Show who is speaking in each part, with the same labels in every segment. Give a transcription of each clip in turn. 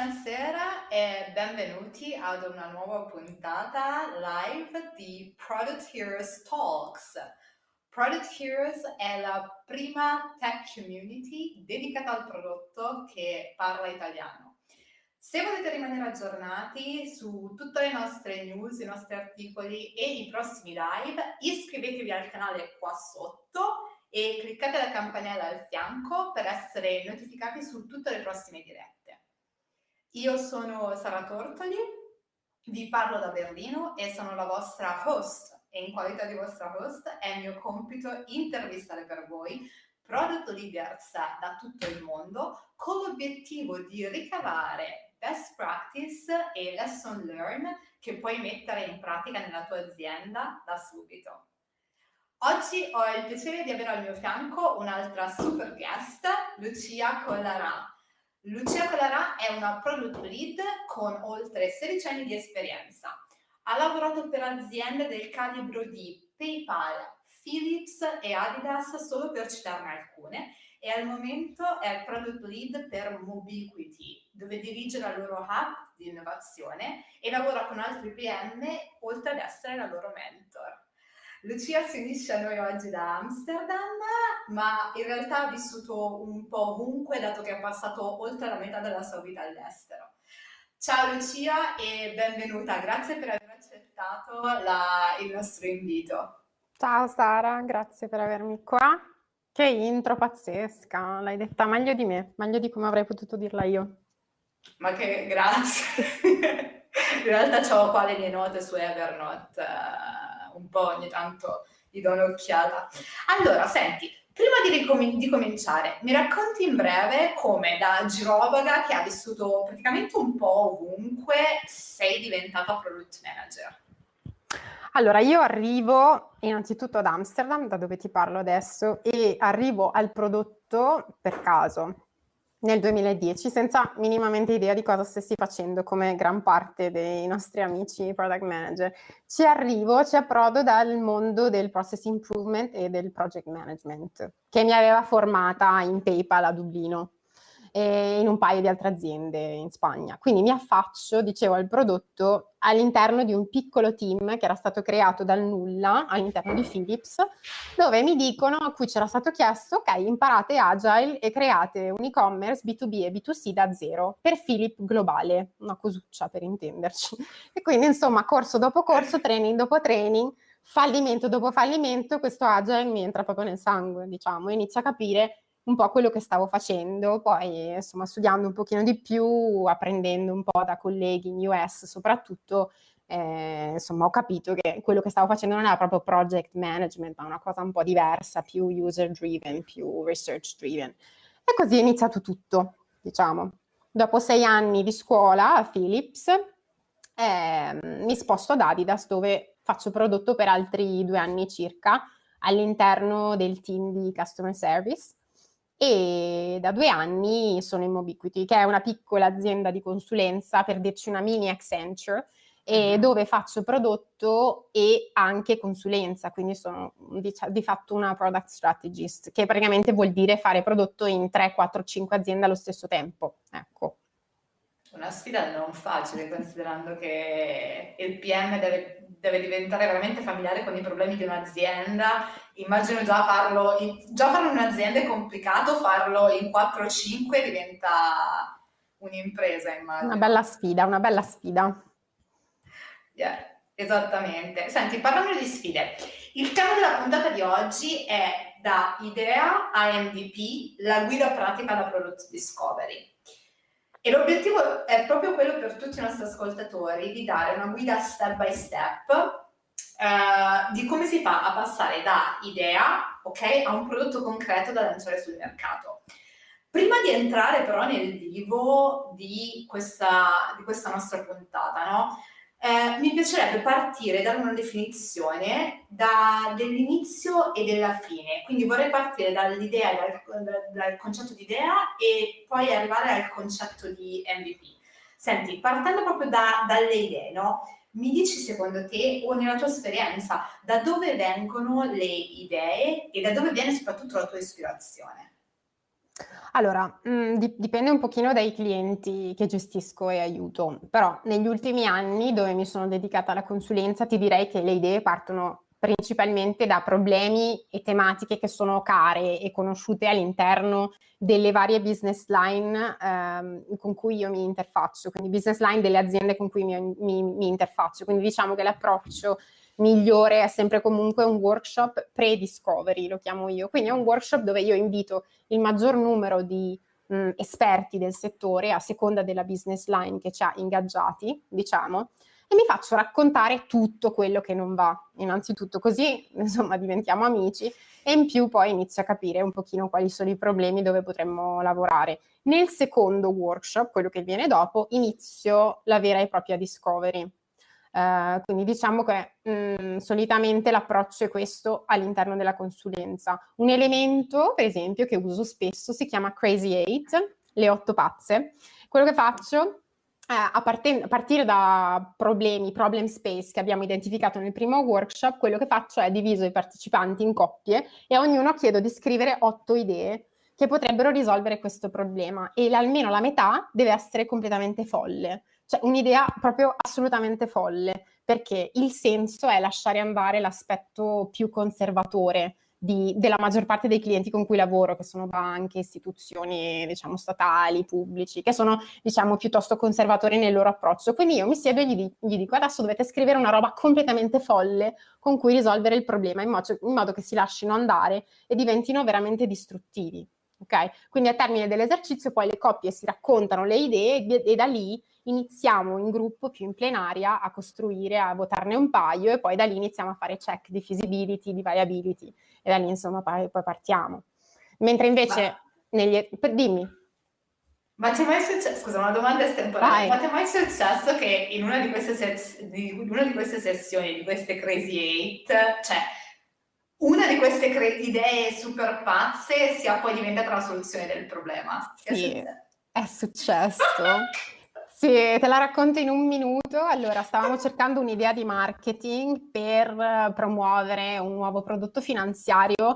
Speaker 1: Buonasera e benvenuti ad una nuova puntata live di Product Heroes Talks. Product Heroes è la prima tech community dedicata al prodotto che parla italiano. Se volete rimanere aggiornati su tutte le nostre news, i nostri articoli e i prossimi live, iscrivetevi al canale qua sotto e cliccate la campanella al fianco per essere notificati su tutte le prossime dirette. Io sono Sara Tortoli, vi parlo da Berlino e sono la vostra host e in qualità di vostra host è mio compito intervistare per voi product leaders da tutto il mondo con l'obiettivo di ricavare best practice e lesson learned che puoi mettere in pratica nella tua azienda da subito. Oggi ho il piacere di avere al mio fianco un'altra super guest, Lucia Collarà. Lucia Collarà è una product lead con oltre 16 anni di esperienza. Ha lavorato per aziende del calibro di PayPal, Philips e Adidas, solo per citarne alcune, e al momento è product lead per Mobiquity, dove dirige la loro hub di innovazione e lavora con altri PM, oltre ad essere la loro mentor. Lucia si unisce a noi oggi da Amsterdam, ma in realtà ha vissuto un po' ovunque, dato che ha passato oltre la metà della sua vita all'estero. Ciao Lucia e benvenuta, grazie per aver accettato il nostro invito.
Speaker 2: Ciao Sara, grazie per avermi qua. Che intro pazzesca, l'hai detta meglio di me, meglio di come avrei potuto dirla io.
Speaker 1: Ma che grazie. In realtà ho qua le mie note su Evernote, un po' ogni tanto gli do un'occhiata. Allora, senti, prima di cominciare, mi racconti in breve come da girovaga che ha vissuto praticamente un po' ovunque sei diventata product manager?
Speaker 2: Allora, io arrivo innanzitutto ad Amsterdam, da dove ti parlo adesso, e arrivo al prodotto per caso, nel 2010, senza minimamente idea di cosa stessi facendo, come gran parte dei nostri amici product manager. Ci approdo dal mondo del process improvement e del project management, che mi aveva formata in PayPal a Dublino e in un paio di altre aziende in Spagna. Quindi mi affaccio, dicevo, al prodotto all'interno di un piccolo team che era stato creato dal nulla all'interno di Philips, dove mi dicono, a cui c'era stato chiesto, ok, imparate Agile e create un e-commerce B2B e B2C da zero per Philips globale, una cosuccia per intenderci. E quindi insomma, corso dopo corso, training dopo training, fallimento dopo fallimento, questo Agile mi entra proprio nel sangue, diciamo, e inizio a capire un po' quello che stavo facendo, poi insomma studiando un pochino di più, apprendendo un po' da colleghi in US soprattutto, insomma ho capito che quello che stavo facendo non era proprio project management, ma una cosa un po' diversa, più user driven, più research driven. E così è iniziato tutto, diciamo. Dopo 6 anni di scuola a Philips, mi sposto ad Adidas, dove faccio prodotto per altri 2 anni circa, all'interno del team di customer service. E da 2 anni sono in Mobiquity, che è una piccola azienda di consulenza, per dirci una mini Accenture, dove faccio prodotto e anche consulenza, quindi sono di fatto una product strategist, che praticamente vuol dire fare prodotto in 3, 4, 5 aziende allo stesso tempo. Ecco.
Speaker 1: Una sfida non facile, considerando che il PM deve diventare veramente familiare con i problemi di un'azienda. Immagino già farlo in un'azienda è complicato, farlo in 4-5 diventa un'impresa, immagino.
Speaker 2: Una bella sfida.
Speaker 1: Yeah, esattamente. Senti, parlando di sfide, il tema della puntata di oggi è da idea a MVP, la guida pratica da Product Discovery. E l'obiettivo è proprio quello per tutti i nostri ascoltatori, di dare una guida step by step di come si fa a passare da idea, ok, a un prodotto concreto da lanciare sul mercato. Prima di entrare però nel vivo di questa nostra puntata, no? Mi piacerebbe partire da una definizione dell'inizio e della fine, quindi vorrei partire dall'idea, dal concetto di idea e poi arrivare al concetto di MVP. Senti, partendo proprio dalle idee, no? Mi dici secondo te, o nella tua esperienza, da dove vengono le idee e da dove viene soprattutto la tua ispirazione?
Speaker 2: Allora, dipende un pochino dai clienti che gestisco e aiuto, però negli ultimi anni dove mi sono dedicata alla consulenza ti direi che le idee partono principalmente da problemi e tematiche che sono care e conosciute all'interno delle varie business line con cui io mi interfaccio, quindi business line delle aziende con cui mi interfaccio. Quindi diciamo che l'approccio migliore è sempre comunque un workshop pre-discovery, lo chiamo io. Quindi è un workshop dove io invito il maggior numero di esperti del settore a seconda della business line che ci ha ingaggiati, diciamo, e mi faccio raccontare tutto quello che non va. Innanzitutto così, insomma, diventiamo amici e in più poi inizio a capire un pochino quali sono i problemi dove potremmo lavorare. Nel secondo workshop, quello che viene dopo, inizio la vera e propria discovery. Quindi diciamo che solitamente l'approccio è questo all'interno della consulenza. Un elemento, per esempio, che uso spesso si chiama Crazy Eight, le 8 pazze. Quello che faccio a partire da problem space che abbiamo identificato nel primo workshop, quello che faccio è diviso i partecipanti in coppie e a ognuno chiedo di scrivere 8 idee che potrebbero risolvere questo problema e almeno la metà deve essere completamente folle. Cioè un'idea proprio assolutamente folle, perché il senso è lasciare andare l'aspetto più conservatore della maggior parte dei clienti con cui lavoro, che sono banche, istituzioni, diciamo, statali, pubblici, che sono, diciamo, piuttosto conservatori nel loro approccio. Quindi io mi siedo e gli dico adesso dovete scrivere una roba completamente folle con cui risolvere il problema, in modo che si lasciano andare e diventino veramente distruttivi. Ok? Quindi a termine dell'esercizio poi le coppie si raccontano le idee e da lì iniziamo in gruppo più in plenaria a costruire, a votarne un paio e poi da lì iniziamo a fare check di feasibility, di viability e da lì insomma poi partiamo. Mentre invece dimmi.
Speaker 1: Ma ti è mai successo, scusa, una domanda estemporanea,
Speaker 2: Vai.
Speaker 1: ma ti è mai successo che in una di queste, una di queste sessioni, di queste Crazy Eight, cioè una di queste idee super pazze sia poi diventata la soluzione del problema?
Speaker 2: Sì, è successo. Sì, te la racconto in un minuto. Allora, stavamo cercando un'idea di marketing per promuovere un nuovo prodotto finanziario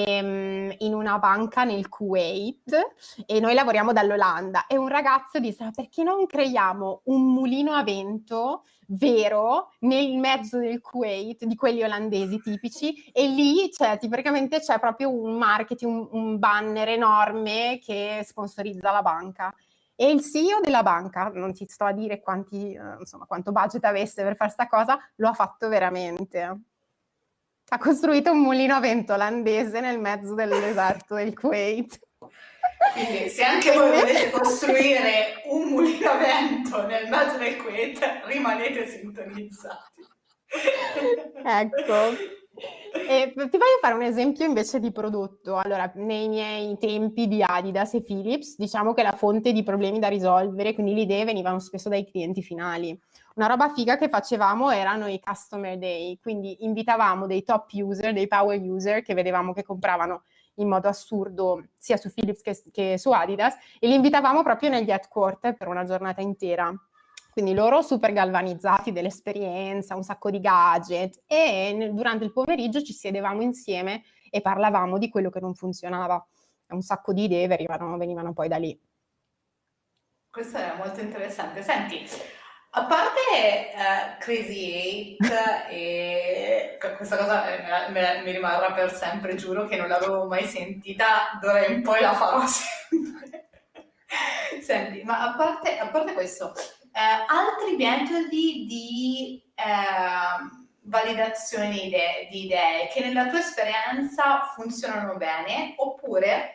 Speaker 2: in una banca nel Kuwait e noi lavoriamo dall'Olanda e un ragazzo disse: "Ma perché non creiamo un mulino a vento vero nel mezzo del Kuwait, di quelli olandesi tipici, e lì praticamente c'è proprio un marketing, un banner enorme che sponsorizza la banca." E il CEO della banca, non ti sto a dire quanto budget avesse per fare sta cosa, lo ha fatto veramente. Ha costruito un mulino a vento olandese nel mezzo del deserto del Kuwait.
Speaker 1: Quindi se anche voi volete costruire un mulino a vento nel mezzo del Kuwait, rimanete sintonizzati.
Speaker 2: Ecco. E ti voglio fare un esempio invece di prodotto. Allora, nei miei tempi di Adidas e Philips, diciamo che la fonte di problemi da risolvere, quindi le idee venivano spesso dai clienti finali. Una roba figa che facevamo erano i customer day, quindi invitavamo dei top user, dei power user che vedevamo che compravano in modo assurdo sia su Philips che su Adidas e li invitavamo proprio negli headquarter per una giornata intera. Quindi loro super galvanizzati dell'esperienza, un sacco di gadget e durante il pomeriggio ci sedevamo insieme e parlavamo di quello che non funzionava. Un sacco di idee venivano poi da lì.
Speaker 1: Questo è molto interessante. Senti, a parte Crazy Eight, e questa cosa mi rimarrà per sempre, giuro che non l'avevo mai sentita, d'ora in poi la farò sempre. Senti, ma a parte questo, altri metodi di validazione di idee che nella tua esperienza funzionano bene, oppure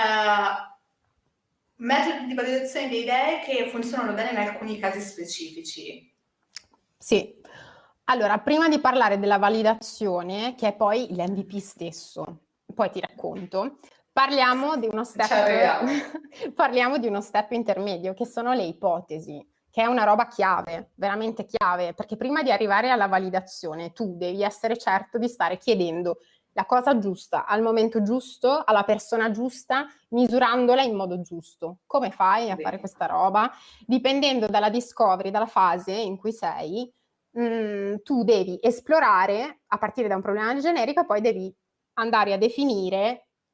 Speaker 1: metodi di validazione di idee che funzionano bene in alcuni casi specifici?
Speaker 2: Sì. Allora, prima di parlare della validazione, che è poi l'MVP stesso, poi ti racconto, parliamo di uno parliamo di uno step intermedio, che sono le ipotesi, che è una roba chiave, veramente chiave, perché prima di arrivare alla validazione tu devi essere certo di stare chiedendo la cosa giusta, al momento giusto, alla persona giusta, misurandola in modo giusto. Come fai a fare questa roba? Dipendendo dalla discovery, dalla fase in cui sei, tu devi esplorare a partire da un problema generico e poi devi andare a definire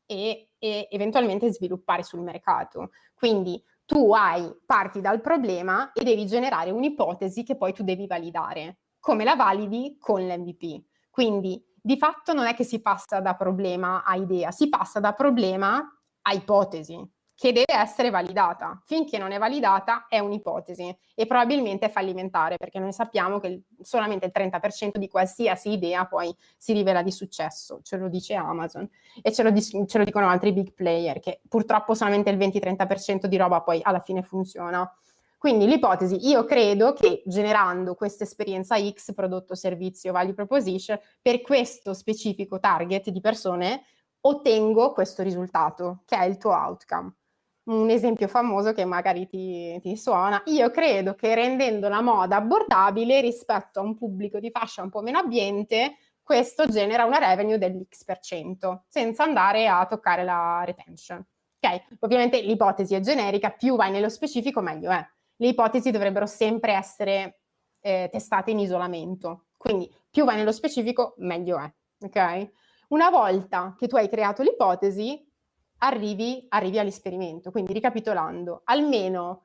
Speaker 2: e eventualmente sviluppare sul mercato. Quindi tu parti dal problema e devi generare un'ipotesi che poi tu devi validare. Come la validi? Con l'MVP. Quindi di fatto non è che si passa da problema a idea, si passa da problema a ipotesi, che deve essere validata. Finché non è validata è un'ipotesi e probabilmente è fallimentare, perché noi sappiamo che solamente il 30% di qualsiasi idea poi si rivela di successo, ce lo dice Amazon e ce lo dicono altri big player, che purtroppo solamente il 20-30% di roba poi alla fine funziona. Quindi l'ipotesi, io credo che generando questa esperienza X, prodotto, servizio, value proposition, per questo specifico target di persone, ottengo questo risultato, che è il tuo outcome. Un esempio famoso che magari ti suona, io credo che rendendo la moda abbordabile rispetto a un pubblico di fascia un po' meno abbiente, questo genera una revenue dell'X%, senza andare a toccare la retention. Ok? Ovviamente l'ipotesi è generica, più vai nello specifico meglio è. Le ipotesi dovrebbero sempre essere testate in isolamento, quindi più vai nello specifico meglio è. Ok? Una volta che tu hai creato l'ipotesi, arrivi all'esperimento. Quindi ricapitolando, almeno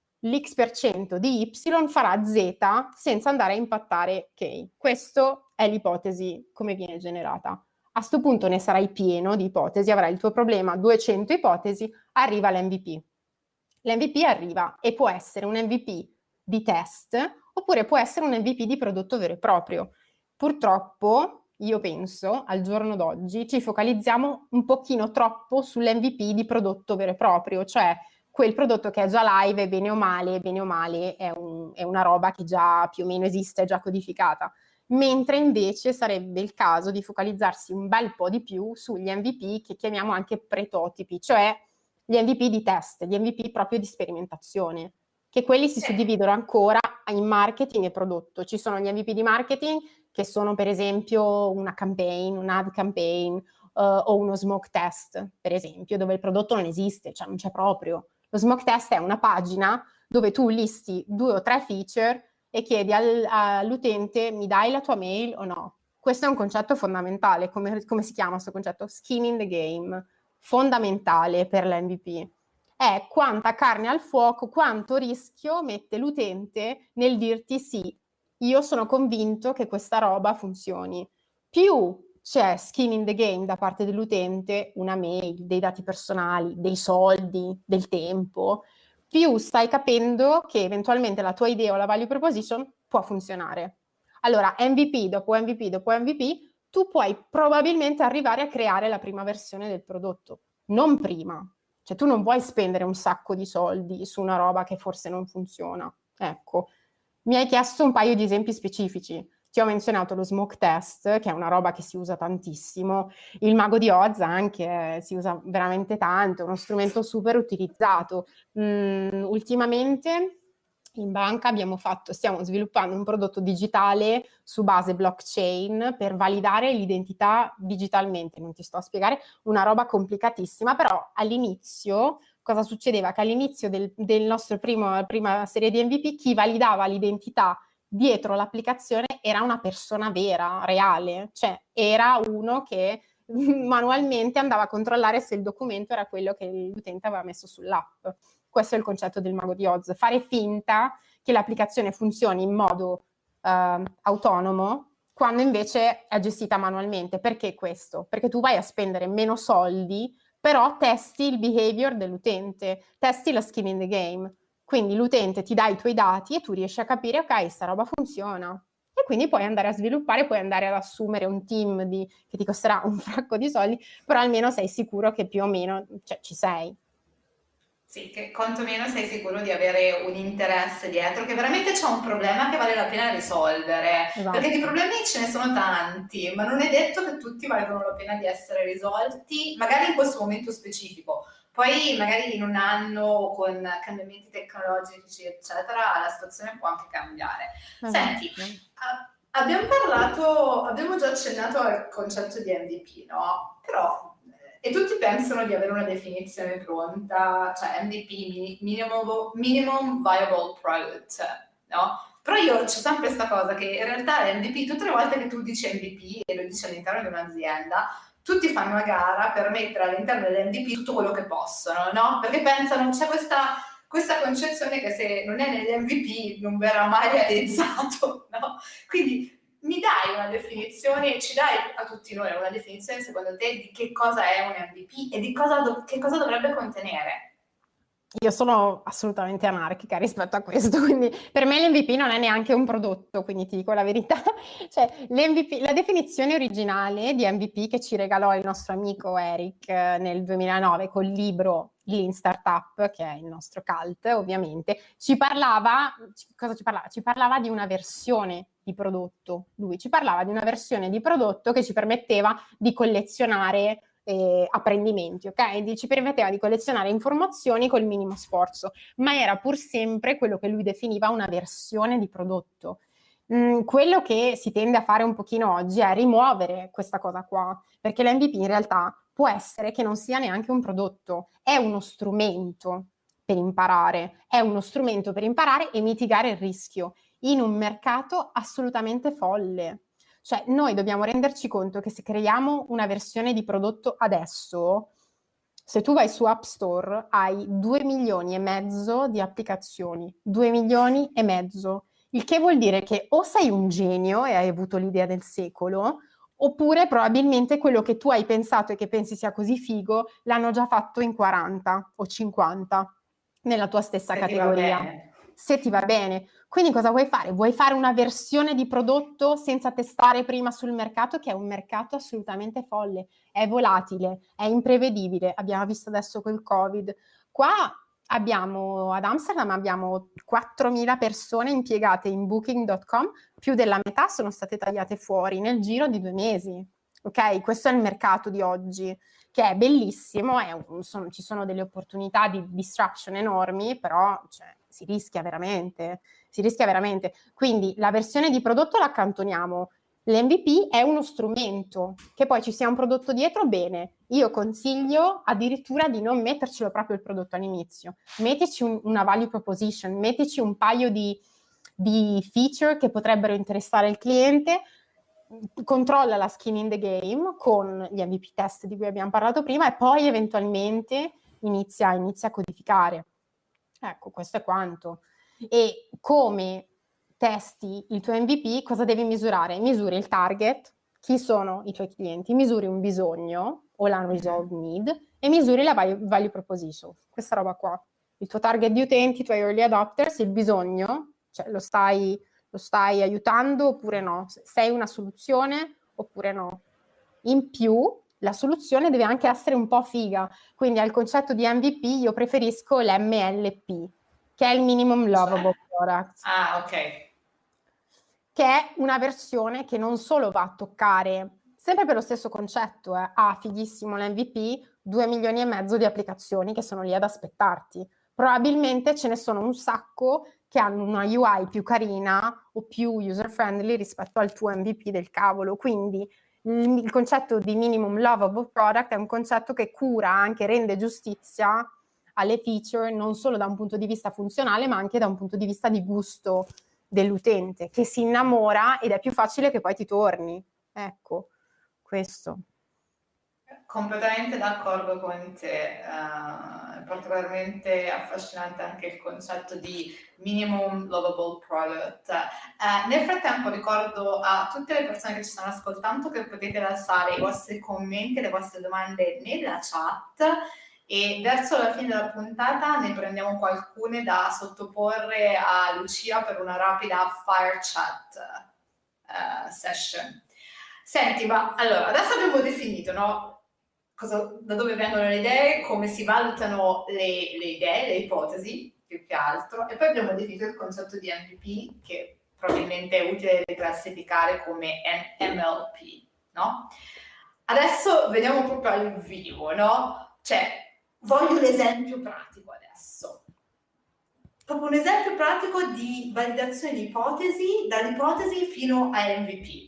Speaker 2: l'X% di Y farà Z senza andare a impattare K. Questa è l'ipotesi come viene generata. A questo punto ne sarai pieno di ipotesi, avrai il tuo problema, 200 ipotesi, arriva l'MVP. L'MVP arriva e può essere un MVP di test oppure può essere un MVP di prodotto vero e proprio. Purtroppo, io penso, al giorno d'oggi ci focalizziamo un pochino troppo sull'MVP di prodotto vero e proprio, cioè quel prodotto che è già live e bene o male è una roba che già più o meno esiste, è già codificata. Mentre invece sarebbe il caso di focalizzarsi un bel po' di più sugli MVP che chiamiamo anche prototipi, cioè gli MVP di test, gli MVP proprio di sperimentazione, che quelli si suddividono ancora in marketing e prodotto. Ci sono gli MVP di marketing che sono per esempio una campaign, un ad campaign o uno smoke test, per esempio, dove il prodotto non esiste, cioè non c'è proprio. Lo smoke test è una pagina dove tu listi 2 o 3 feature e chiedi all'utente mi dai la tua mail o no. Questo è un concetto fondamentale. Come si chiama questo concetto? Skin in the game. Fondamentale per l'MVP. È quanta carne al fuoco, quanto rischio mette l'utente nel dirti sì, io sono convinto che questa roba funzioni. Più c'è skin in the game da parte dell'utente, una mail, dei dati personali, dei soldi, del tempo, più stai capendo che eventualmente la tua idea o la value proposition può funzionare. Allora, MVP dopo MVP dopo MVP, tu puoi probabilmente arrivare a creare la prima versione del prodotto, non prima. Cioè tu non puoi spendere un sacco di soldi su una roba che forse non funziona. Ecco, mi hai chiesto un paio di esempi specifici. Ti ho menzionato lo smoke test, che è una roba che si usa tantissimo. Il mago di Oz anche si usa veramente tanto, è uno strumento super utilizzato. Ultimamente in banca stiamo sviluppando un prodotto digitale su base blockchain per validare l'identità digitalmente. Non ti sto a spiegare, una roba complicatissima, però all'inizio cosa succedeva? Che all'inizio del nostro prima serie di MVP chi validava l'identità dietro l'applicazione era una persona vera, reale, cioè era uno che manualmente andava a controllare se il documento era quello che l'utente aveva messo sull'app. Questo è il concetto del mago di Oz, fare finta che l'applicazione funzioni in modo autonomo quando invece è gestita manualmente. Perché questo? Perché tu vai a spendere meno soldi, però testi il behavior dell'utente, testi la skin in the game. Quindi l'utente ti dà i tuoi dati e tu riesci a capire, ok, sta roba funziona. E quindi puoi andare a sviluppare, puoi andare ad assumere un team che ti costerà un sacco di soldi, però almeno sei sicuro che più o meno ci sei.
Speaker 1: Sì, che quantomeno sei sicuro di avere un interesse dietro, che veramente c'è un problema che vale la pena risolvere,
Speaker 2: Esatto.
Speaker 1: perché di problemi ce ne sono tanti, ma non è detto che tutti valgono la pena di essere risolti, magari in questo momento specifico. Poi magari in un anno con cambiamenti tecnologici, eccetera, la situazione può anche cambiare. Senti, abbiamo già accennato al concetto di MVP, no? Però e tutti pensano di avere una definizione pronta, cioè MVP, minimum viable product, no? Però io c'ho sempre questa cosa che in realtà MVP, tutte le volte che tu dici MVP e lo dici all'interno di un'azienda, tutti fanno una gara per mettere all'interno dell'MVP tutto quello che possono, no? Perché pensano, c'è questa concezione che se non è nell'MVP non verrà mai realizzato, no? Quindi mi dai una definizione, ci dai a tutti noi una definizione secondo te di che cosa è un MVP e di che cosa dovrebbe contenere?
Speaker 2: Io sono assolutamente anarchica rispetto a questo, quindi per me l'MVP non è neanche un prodotto, quindi ti dico la verità. Cioè, l'MVP, la definizione originale di MVP che ci regalò il nostro amico Eric nel 2009 col libro Lean Startup, che è il nostro cult ovviamente, ci parlava di una versione di prodotto. Lui ci parlava di una versione di prodotto che ci permetteva di collezionare apprendimenti, ok? Ci permetteva di collezionare informazioni col minimo sforzo, ma era pur sempre quello che lui definiva una versione di prodotto. Quello che si tende a fare un pochino oggi è rimuovere questa cosa qua, perché l'MVP in realtà può essere che non sia neanche un prodotto, è uno strumento per imparare, e mitigare il rischio in un mercato assolutamente folle. Cioè, noi dobbiamo renderci conto che se creiamo una versione di prodotto adesso, se tu vai su App Store hai 2 milioni e mezzo di applicazioni, 2 milioni e mezzo, il che vuol dire che o sei un genio e hai avuto l'idea del secolo, oppure probabilmente quello che tu hai pensato e che pensi sia così figo l'hanno già fatto in 40 o 50 nella tua stessa categoria. Se ti va bene. Quindi cosa vuoi fare? Vuoi fare una versione di prodotto senza testare prima sul mercato, che è un mercato assolutamente folle, è volatile, è imprevedibile. Abbiamo visto adesso col Covid. Qua ad Amsterdam abbiamo 4.000 persone impiegate in Booking.com, più della metà sono state tagliate fuori nel giro di 2 mesi. Ok? Questo è il mercato di oggi, che è bellissimo, ci sono delle opportunità di disruption enormi, però si rischia veramente. Quindi la versione di prodotto la accantoniamo. L'MVP è uno strumento, che poi ci sia un prodotto dietro, bene. Io consiglio addirittura di non mettercelo proprio il prodotto all'inizio. Mettici una value proposition, mettici un paio di feature che potrebbero interessare il cliente, controlla la skin in the game con gli MVP test di cui abbiamo parlato prima e poi eventualmente inizia a codificare. Ecco, questo è quanto. E come testi il tuo MVP, cosa devi misurare? Misuri il target, chi sono i tuoi clienti, misuri un bisogno o l'unresolved need e misuri la value proposition. Questa roba qua. Il tuo target di utenti, i tuoi early adopters, il bisogno, cioè lo stai aiutando oppure no? Sei una soluzione oppure no? In più, la soluzione deve anche essere un po' figa, quindi al concetto di MVP io preferisco l'MLP, che è il Minimum Lovable Product.
Speaker 1: Ah, ok.
Speaker 2: Che è una versione che non solo va a toccare, sempre per lo stesso concetto, fighissimo l'MVP, 2 milioni e mezzo di applicazioni che sono lì ad aspettarti. Probabilmente ce ne sono un sacco che hanno una UI più carina o più user-friendly rispetto al tuo MVP del cavolo, quindi il concetto di minimum lovable product è un concetto che cura, anche rende giustizia alle feature non solo da un punto di vista funzionale ma anche da un punto di vista di gusto dell'utente, che si innamora ed è più facile che poi ti torni. Ecco, questo.
Speaker 1: Completamente d'accordo con te, è particolarmente affascinante anche il concetto di minimum lovable product. Nel frattempo ricordo a tutte le persone che ci stanno ascoltando che potete lasciare i vostri commenti, le vostre domande nella chat e verso la fine della puntata ne prendiamo qualcune da sottoporre a Lucia per una rapida fire chat session. Senti, ma allora, adesso abbiamo definito, no? Da dove vengono le idee, come si valutano le idee, le ipotesi, più che altro, e poi abbiamo definito il concetto di MVP, che probabilmente è utile classificare come MLP, no? Adesso vediamo proprio al vivo, no? Cioè, voglio un esempio pratico adesso. Proprio un esempio pratico di validazione di ipotesi, dall'ipotesi fino a MVP.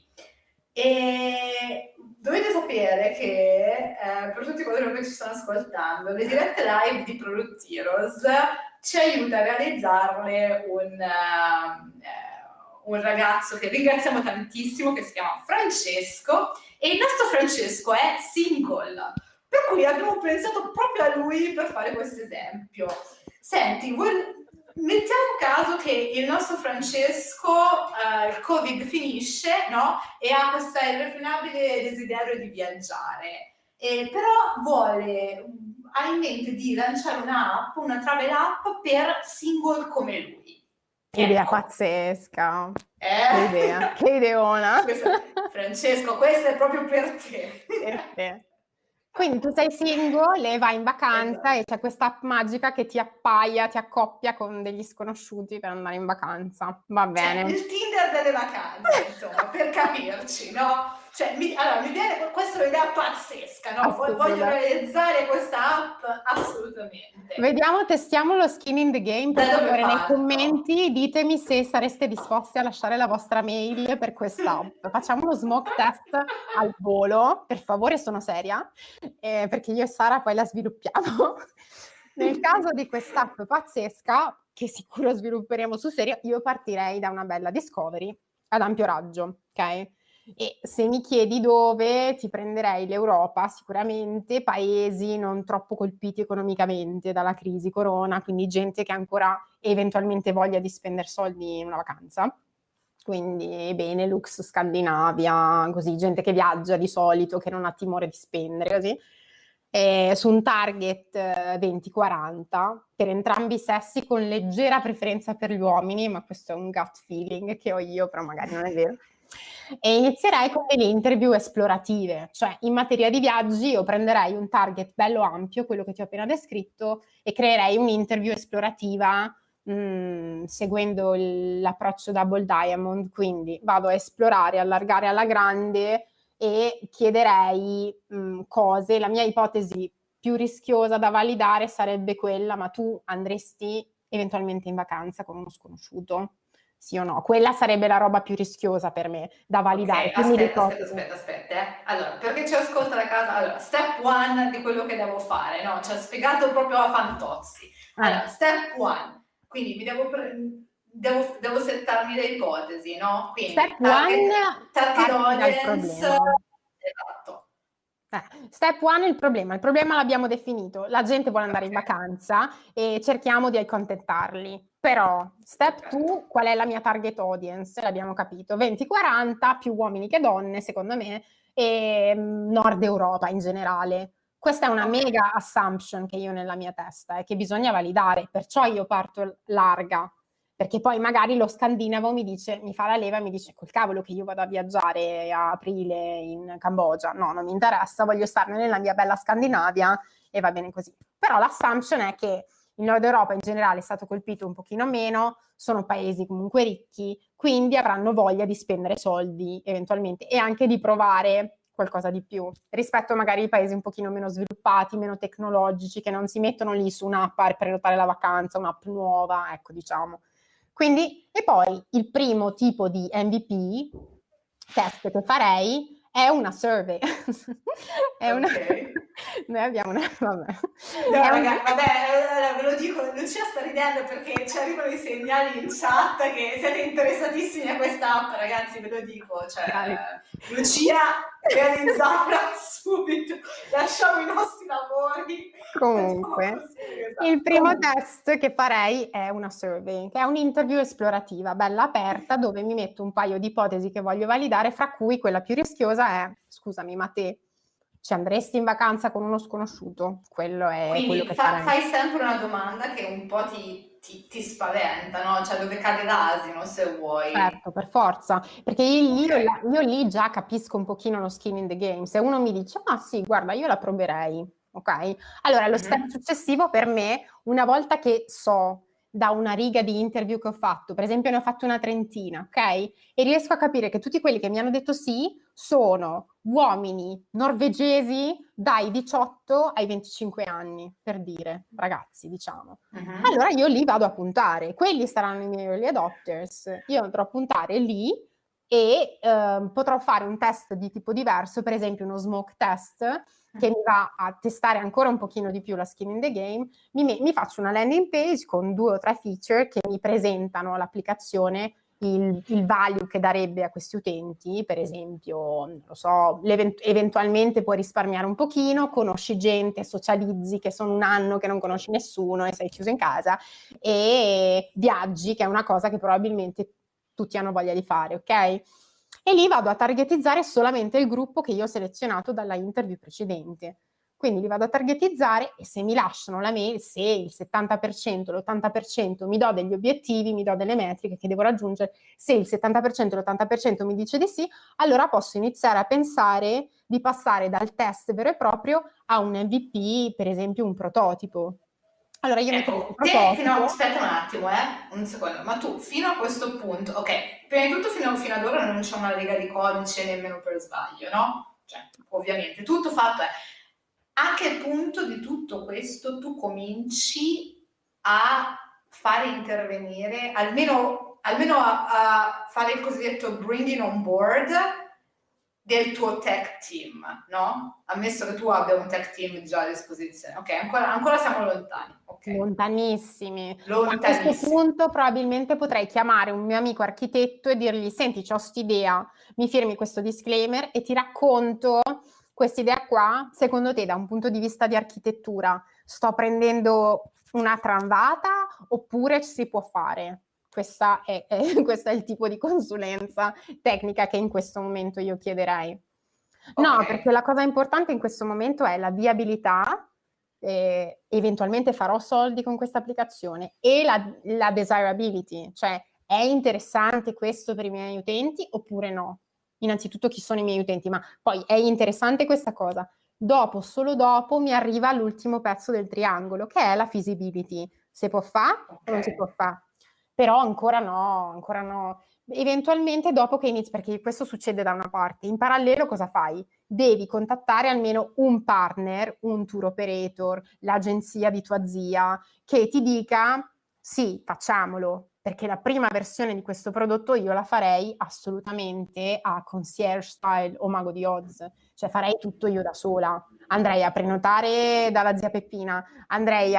Speaker 1: E dovete sapere che per tutti coloro che ci stanno ascoltando, le dirette live di Product Heroes ci aiuta a realizzarle un ragazzo che ringraziamo tantissimo, che si chiama Francesco, e il nostro Francesco è single, per cui abbiamo pensato proprio a lui per fare questo esempio. Senti, mettiamo caso che il nostro Francesco, il Covid finisce, no? E ha questo irrefrenabile desiderio di viaggiare, però ha in mente di lanciare una travel app per single come lui.
Speaker 2: Che idea
Speaker 1: Ecco.
Speaker 2: pazzesca! Che idea, che ideona!
Speaker 1: Francesco, questo è proprio per te.
Speaker 2: Per te. Quindi tu sei single e vai in vacanza e c'è questa app magica che ti appaia, ti accoppia con degli sconosciuti per andare in vacanza. Va bene.
Speaker 1: Cioè, il Tinder delle vacanze, insomma, per capirci, no? Cioè, allora, mi viene, questa è un'idea pazzesca, no? Voglio realizzare questa app assolutamente.
Speaker 2: Vediamo, testiamo lo skin in the game. Per favore, nei commenti ditemi se sareste disposti a lasciare la vostra mail per questa app. Facciamo uno smoke test al volo, per favore, sono seria, perché io e Sara poi la sviluppiamo. Nel caso di quest'app pazzesca, che sicuro svilupperemo su serio, io partirei da una bella discovery ad ampio raggio, ok? E se mi chiedi dove, ti prenderei l'Europa, sicuramente paesi non troppo colpiti economicamente dalla crisi corona, quindi gente che ancora eventualmente voglia di spendere soldi in una vacanza. Quindi Benelux, Scandinavia, così, gente che viaggia di solito, che non ha timore di spendere, così. Su un target 20-40 per entrambi i sessi, con leggera preferenza per gli uomini, ma questo è un gut feeling che ho io, però magari non è vero. E inizierei con delle interview esplorative, cioè in materia di viaggi io prenderei un target bello ampio, quello che ti ho appena descritto, e creerei un'interview esplorativa seguendo l'approccio Double Diamond, quindi vado a esplorare, allargare alla grande e chiederei cose. La mia ipotesi più rischiosa da validare sarebbe quella: ma tu andresti eventualmente in vacanza con uno sconosciuto? Sì o no? Quella sarebbe la roba più rischiosa per me da validare.
Speaker 1: Ok, aspetta. Allora, perché ci ascolta da casa? Allora, step one di quello che devo fare, no? Ci ha spiegato proprio a Fantozzi. Allora, step one. Quindi devo settarmi le ipotesi, no? Quindi,
Speaker 2: step one,
Speaker 1: target audience.
Speaker 2: Esatto. Step one, il problema l'abbiamo definito: la gente vuole andare in vacanza e cerchiamo di accontentarli. Però step 2, qual è la mia target audience? L'abbiamo capito, 20-40, più uomini che donne secondo me, e Nord Europa in generale. Questa è una mega assumption che io ho nella mia testa e che bisogna validare, perciò io parto larga, perché poi magari lo scandinavo mi fa la leva e mi dice: col cavolo che io vado a viaggiare a aprile in Cambogia, no, non mi interessa, voglio starne nella mia bella Scandinavia e va bene così. Però l'assumption è che il Nord Europa in generale è stato colpito un pochino meno, sono paesi comunque ricchi, quindi avranno voglia di spendere soldi eventualmente e anche di provare qualcosa di più rispetto magari ai paesi un pochino meno sviluppati, meno tecnologici, che non si mettono lì su un'app per prenotare la vacanza, un'app nuova, ecco, diciamo. Quindi, e poi il primo tipo di MVP test che farei è una survey. Noi abbiamo una... Vabbè.
Speaker 1: No, vabbè, ve lo dico, Lucia sta ridendo perché ci arrivano i segnali in chat che siete interessatissimi a questa app, ragazzi, ve lo dico. Cioè, Lucia, realizzarla subito, lasciamo i nostri lavori.
Speaker 2: Comunque, il primo test che farei è una survey, che è un'interview esplorativa, bella aperta, dove mi metto un paio di ipotesi che voglio validare, fra cui quella più rischiosa è: scusami, ma te ci andresti in vacanza con uno sconosciuto? Quello è
Speaker 1: quindi
Speaker 2: quello che farei.
Speaker 1: Fai sempre una domanda che un po' ti spaventa, no? Cioè dove cade l'asino, se vuoi.
Speaker 2: Certo, per forza, perché io lì già capisco un pochino lo skin in the game. Se uno mi dice: ah sì, guarda, io la proverei, ok? Allora lo step successivo per me, una volta che so da una riga di interview che ho fatto, per esempio ne ho fatto una trentina, ok? E riesco a capire che tutti quelli che mi hanno detto sì sono uomini norvegesi dai 18 ai 25 anni, per dire, ragazzi, diciamo. Allora io lì vado a puntare, quelli saranno i miei early adopters, io andrò a puntare lì e potrò fare un test di tipo diverso, per esempio uno smoke test, che mi va a testare ancora un pochino di più la skin in the game. Mi faccio una landing page con 2 o 3 feature che mi presentano l'applicazione il value che darebbe a questi utenti, per esempio, non lo so, eventualmente puoi risparmiare un pochino, conosci gente, socializzi, che sono un anno che non conosci nessuno e sei chiuso in casa, e viaggi, che è una cosa che probabilmente tutti hanno voglia di fare, ok? E lì vado a targetizzare solamente il gruppo che io ho selezionato dalla interview precedente. Quindi li vado a targetizzare e se mi lasciano la mail, se il 70%, l'80% mi do degli obiettivi, mi do delle metriche che devo raggiungere, se il 70% e l'80% mi dice di sì, allora posso iniziare a pensare di passare dal test vero e proprio a un MVP, per esempio un prototipo. Allora io mi creo un
Speaker 1: Ecco,
Speaker 2: prototipo.
Speaker 1: aspetta un attimo, un secondo, ma tu fino a questo punto, ok, prima di tutto fino ad ora non c'è una riga di codice nemmeno per sbaglio, no? Cioè, ovviamente, tutto fatto è. A che punto di tutto questo tu cominci a fare intervenire, almeno a fare il cosiddetto bringing on board del tuo tech team, no? Ammesso che tu abbia un tech team già a disposizione. Ok, ancora siamo lontani. Okay.
Speaker 2: Lontanissimi. A questo
Speaker 1: Lontanissimi.
Speaker 2: punto probabilmente potrei chiamare un mio amico architetto e dirgli: senti, c'ho st'idea, mi firmi questo disclaimer e ti racconto quest'idea qua. Secondo te, da un punto di vista di architettura, sto prendendo una tramvata oppure ci si può fare? Questo è il tipo di consulenza tecnica che in questo momento io chiederei. No,
Speaker 1: Ok.
Speaker 2: perché la cosa importante in questo momento è la viabilità, eventualmente farò soldi con questa applicazione, e la desirability, cioè è interessante questo per i miei utenti oppure no? Innanzitutto chi sono i miei utenti, ma poi è interessante questa cosa. Dopo, solo dopo, mi arriva l'ultimo pezzo del triangolo, che è la feasibility. Se può fare o non si può fare. Però ancora no, ancora no. Eventualmente dopo che inizi, perché questo succede da una parte, in parallelo cosa fai? Devi contattare almeno un partner, un tour operator, l'agenzia di tua zia, che ti dica sì, facciamolo, perché la prima versione di questo prodotto io la farei assolutamente a concierge style o mago di Oz, cioè farei tutto io da sola. Andrei a prenotare dalla zia Peppina, andrei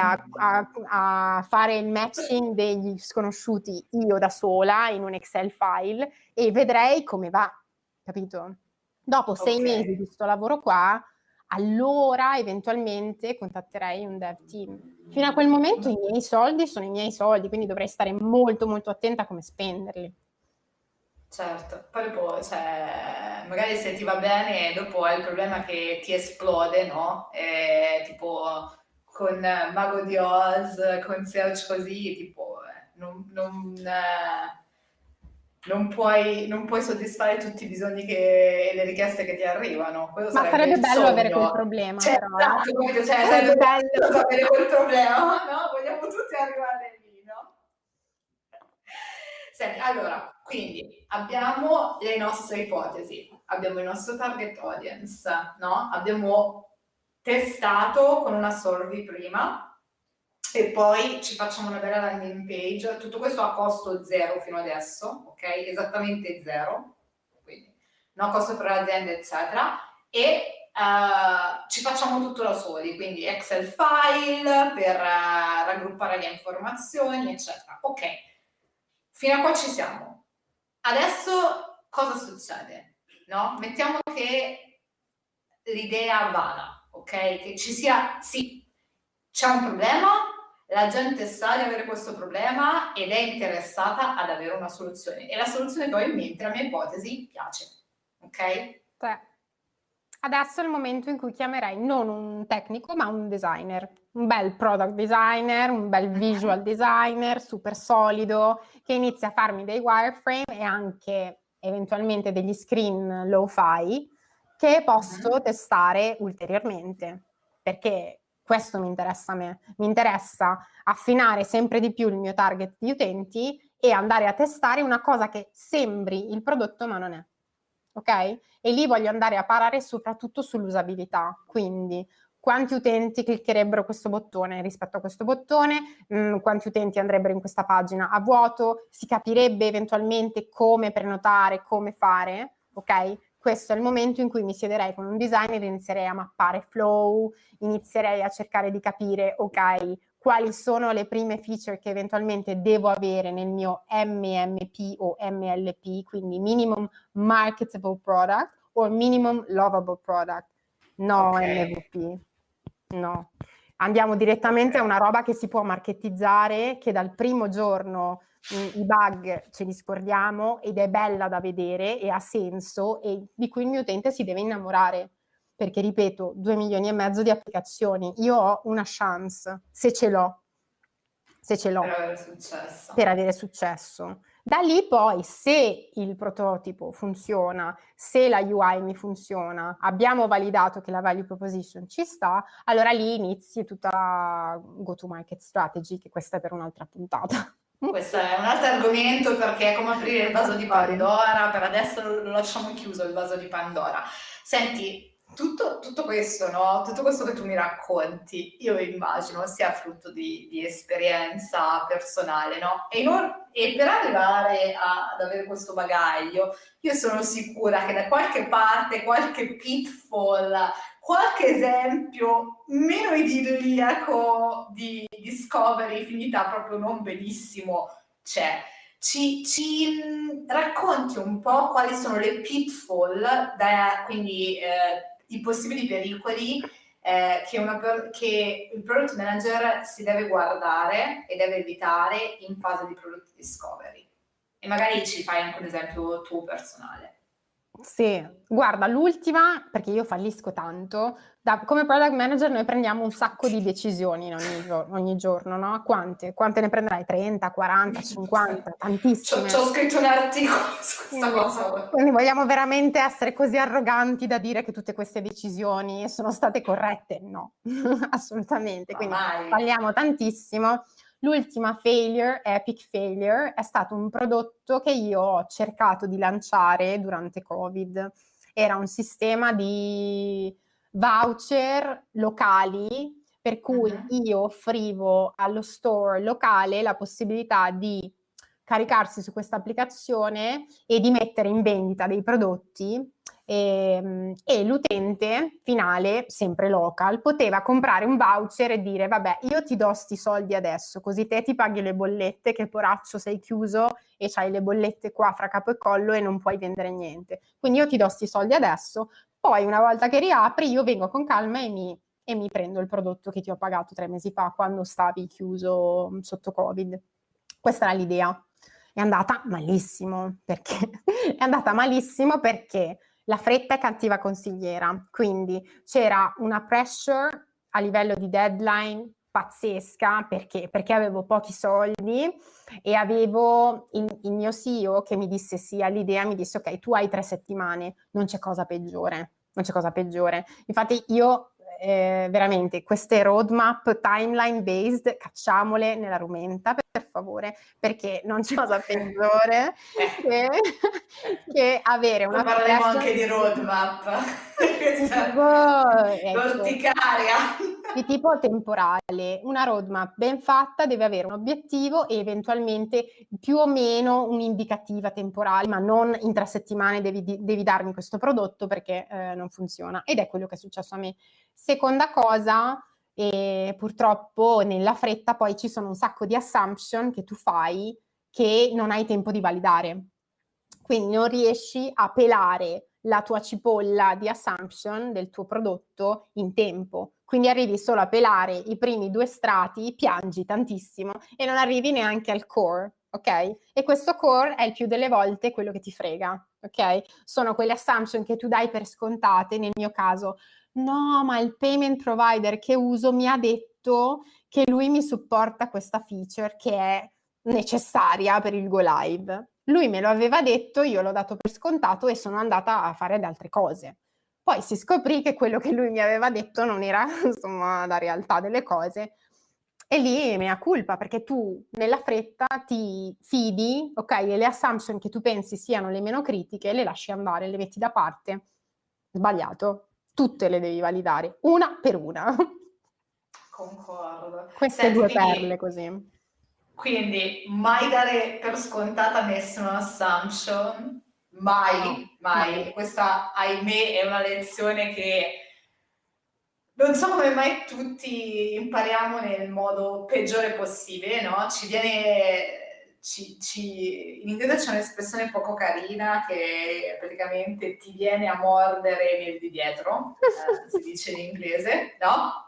Speaker 2: a fare il matching degli sconosciuti io da sola in un Excel file e vedrei come va, capito? Dopo 6 mesi di sto lavoro qua, allora eventualmente contatterei un dev team. Fino a quel momento i miei soldi sono i miei soldi, quindi dovrei stare molto molto attenta a come spenderli.
Speaker 1: Certo, poi dopo, cioè, magari se ti va bene, dopo hai il problema che ti esplode, no? Tipo con Mago di Oz, con Search così, tipo, non puoi soddisfare tutti i bisogni e le richieste che ti arrivano. Quello
Speaker 2: Ma
Speaker 1: sarebbe
Speaker 2: sarebbe
Speaker 1: il
Speaker 2: bello avere quel
Speaker 1: sogno.
Speaker 2: problema,
Speaker 1: Cioè,
Speaker 2: però,
Speaker 1: esatto, capito? Cioè,
Speaker 2: sarebbe
Speaker 1: sarebbe
Speaker 2: bello.
Speaker 1: bello sapere quel problema, no? Vogliamo tutti arrivare lì, no? Senti, allora, quindi abbiamo le nostre ipotesi, abbiamo il nostro target audience, no? Abbiamo testato con una survey prima e poi ci facciamo una bella landing page, tutto questo a costo zero fino adesso, ok? Esattamente zero, quindi no costo per l'azienda, eccetera, e ci facciamo tutto da soli, quindi Excel file per raggruppare le informazioni, eccetera. Ok, fino a qua ci siamo. Adesso cosa succede? No? Mettiamo che l'idea vada, ok? Che ci sia, sì, c'è un problema, la gente sa di avere questo problema ed è interessata ad avere una soluzione. E la soluzione che ho in mente, la mia ipotesi, piace, ok?
Speaker 2: Cioè, adesso è il momento in cui chiamerei non un tecnico, ma un designer, un bel product designer, un bel visual designer super solido, che inizia a farmi dei wireframe e anche eventualmente degli screen lo-fi che posso testare ulteriormente, perché questo mi interessa a me. Mi interessa affinare sempre di più il mio target di utenti e andare a testare una cosa che sembri il prodotto ma non è. Ok? E lì voglio andare a parare soprattutto sull'usabilità, quindi quanti utenti cliccherebbero questo bottone rispetto a questo bottone, quanti utenti andrebbero in questa pagina a vuoto, si capirebbe eventualmente come prenotare, come fare, ok? Questo è il momento in cui mi siederei con un designer e inizierei a mappare flow, inizierei a cercare di capire, ok, quali sono le prime feature che eventualmente devo avere nel mio MMP o MLP, quindi Minimum Marketable Product o Minimum Lovable Product, no MVP, no. Andiamo direttamente a una roba che si può marketizzare, che dal primo giorno i bug ce li scordiamo ed è bella da vedere e ha senso e di cui il mio utente si deve innamorare. Perché, ripeto, 2 milioni e mezzo di applicazioni. Io ho una chance, se ce l'ho, per avere successo. Da lì poi, se il prototipo funziona, se la UI mi funziona, abbiamo validato che la value proposition ci sta, allora lì inizi tutta la go-to-market strategy, che questa è per un'altra puntata.
Speaker 1: Questo è un altro argomento perché è come aprire il vaso di Pandora, per adesso lo lasciamo chiuso il vaso di Pandora. Senti, tutto questo, no? Tutto questo che tu mi racconti, io immagino sia frutto di esperienza personale, no? E per arrivare ad avere questo bagaglio, io sono sicura che da qualche parte, qualche pitfall, qualche esempio meno idilliaco di discovery finita proprio non benissimo c'è. Ci racconti un po' quali sono le pitfall, quindi i possibili pericoli che il product manager si deve guardare e deve evitare in fase di product discovery. E magari ci fai anche un esempio tuo personale.
Speaker 2: Sì, guarda, l'ultima, perché io fallisco tanto, come product manager noi prendiamo un sacco di decisioni in ogni giorno, no? Quante ne prenderai? 30, 40, 50? Tantissime.
Speaker 1: C'ho scritto un articolo su questa cosa.
Speaker 2: Quindi vogliamo veramente essere così arroganti da dire che tutte queste decisioni sono state corrette? No, assolutamente. Quindi parliamo tantissimo. L'ultima failure, epic failure, è stato un prodotto che io ho cercato di lanciare durante Covid. Era un sistema di voucher locali per cui io offrivo allo store locale la possibilità di caricarsi su questa applicazione e di mettere in vendita dei prodotti e l'utente finale, sempre local, poteva comprare un voucher e dire vabbè, io ti do sti soldi adesso, così te ti paghi le bollette, che poraccio sei chiuso e c'hai le bollette qua fra capo e collo e non puoi vendere niente. Quindi io ti do sti soldi adesso, poi una volta che riapri io vengo con calma e mi prendo il prodotto che ti ho pagato 3 mesi fa quando stavi chiuso sotto Covid. Questa era l'idea. È andata malissimo perché la fretta è cattiva consigliera, quindi c'era una pressure a livello di deadline pazzesca perché avevo pochi soldi e avevo il mio CEO che mi disse sì all'idea, mi disse ok, tu hai 3 settimane, non c'è cosa peggiore. Infatti io veramente queste roadmap timeline based cacciamole nella rumenta per favore, perché non c'è cosa peggiore che avere una
Speaker 1: parleremo anche di roadmap
Speaker 2: orticaria di tipo temporale. Una roadmap ben fatta deve avere un obiettivo e eventualmente più o meno un'indicativa temporale, ma non in 3 settimane devi darmi questo prodotto perché non funziona, ed è quello che è successo a me. Seconda cosa, e purtroppo nella fretta poi ci sono un sacco di assumption che tu fai che non hai tempo di validare, quindi non riesci a pelare la tua cipolla di assumption del tuo prodotto in tempo, quindi arrivi solo a pelare i primi 2 strati, piangi tantissimo e non arrivi neanche al core, ok? E questo core è il più delle volte quello che ti frega, ok? Sono quelle assumption che tu dai per scontate, nel mio caso no, ma il payment provider che uso mi ha detto che lui mi supporta questa feature che è necessaria per il go live. Lui me lo aveva detto, io l'ho dato per scontato e sono andata a fare altre cose. Poi si scoprì che quello che lui mi aveva detto non era insomma la realtà delle cose e lì mea culpa, perché tu nella fretta ti fidi, ok, e le assumption che tu pensi siano le meno critiche le lasci andare, le metti da parte. Sbagliato. Tutte le devi validare, una per una.
Speaker 1: Concordo.
Speaker 2: Queste 2 perle così.
Speaker 1: Quindi mai dare per scontata nessuna assumption, mai. Questa, ahimè, è una lezione che Non so come mai tutti impariamo nel modo peggiore possibile, no? In inglese c'è un'espressione poco carina che praticamente ti viene a mordere di dietro, si dice in inglese, no?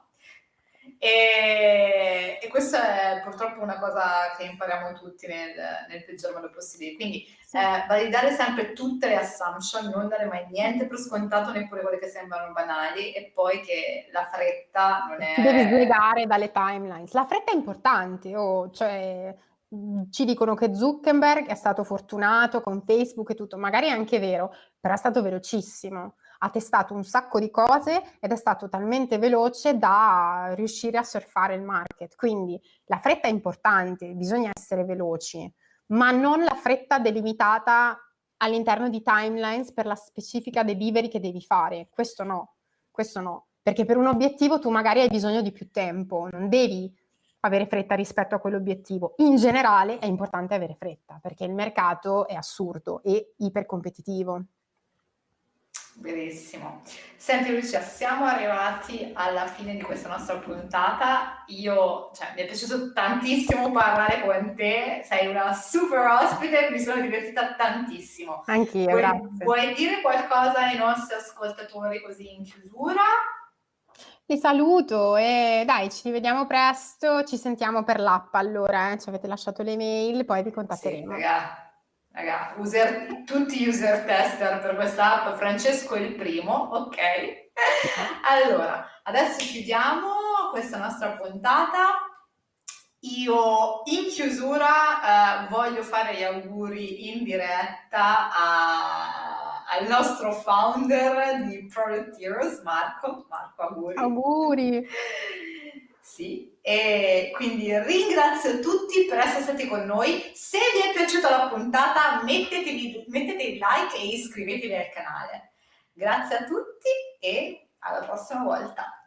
Speaker 1: E questo è purtroppo una cosa che impariamo tutti nel peggior modo possibile. Quindi validare sempre tutte le assumption, non dare mai niente per scontato, neppure quelle che sembrano banali, e poi che la fretta non
Speaker 2: Ti devi
Speaker 1: è...
Speaker 2: slegare dalle timelines. La fretta è importante, cioè, ci dicono che Zuckerberg è stato fortunato con Facebook e tutto, magari è anche vero, però è stato velocissimo. Ha testato un sacco di cose ed è stato talmente veloce da riuscire a surfare il market. Quindi la fretta è importante, bisogna essere veloci, ma non la fretta delimitata all'interno di timelines per la specifica delivery che devi fare. Questo no, perché per un obiettivo tu magari hai bisogno di più tempo, non devi avere fretta rispetto a quell'obiettivo. In generale è importante avere fretta, perché il mercato è assurdo e ipercompetitivo.
Speaker 1: Benissimo. Senti Lucia, siamo arrivati alla fine di questa nostra puntata. Mi è piaciuto tantissimo parlare con te, sei una super ospite, mi sono divertita tantissimo.
Speaker 2: Anch'io, grazie.
Speaker 1: Vuoi dire qualcosa ai nostri ascoltatori così in chiusura?
Speaker 2: Li saluto e dai, ci rivediamo presto, ci sentiamo per l'app allora, ci avete lasciato le mail, poi vi
Speaker 1: Sì,
Speaker 2: contatteremo.
Speaker 1: raga, tutti user tester per questa app, Francesco è il primo, ok? Allora, adesso chiudiamo questa nostra puntata. Io in chiusura voglio fare gli auguri in diretta al nostro founder di Product Heroes, Marco, auguri.
Speaker 2: Auguri!
Speaker 1: Sì, e quindi ringrazio tutti per essere stati con noi. Se vi è piaciuta la puntata mettete il like e iscrivetevi al canale. Grazie a tutti e alla prossima volta.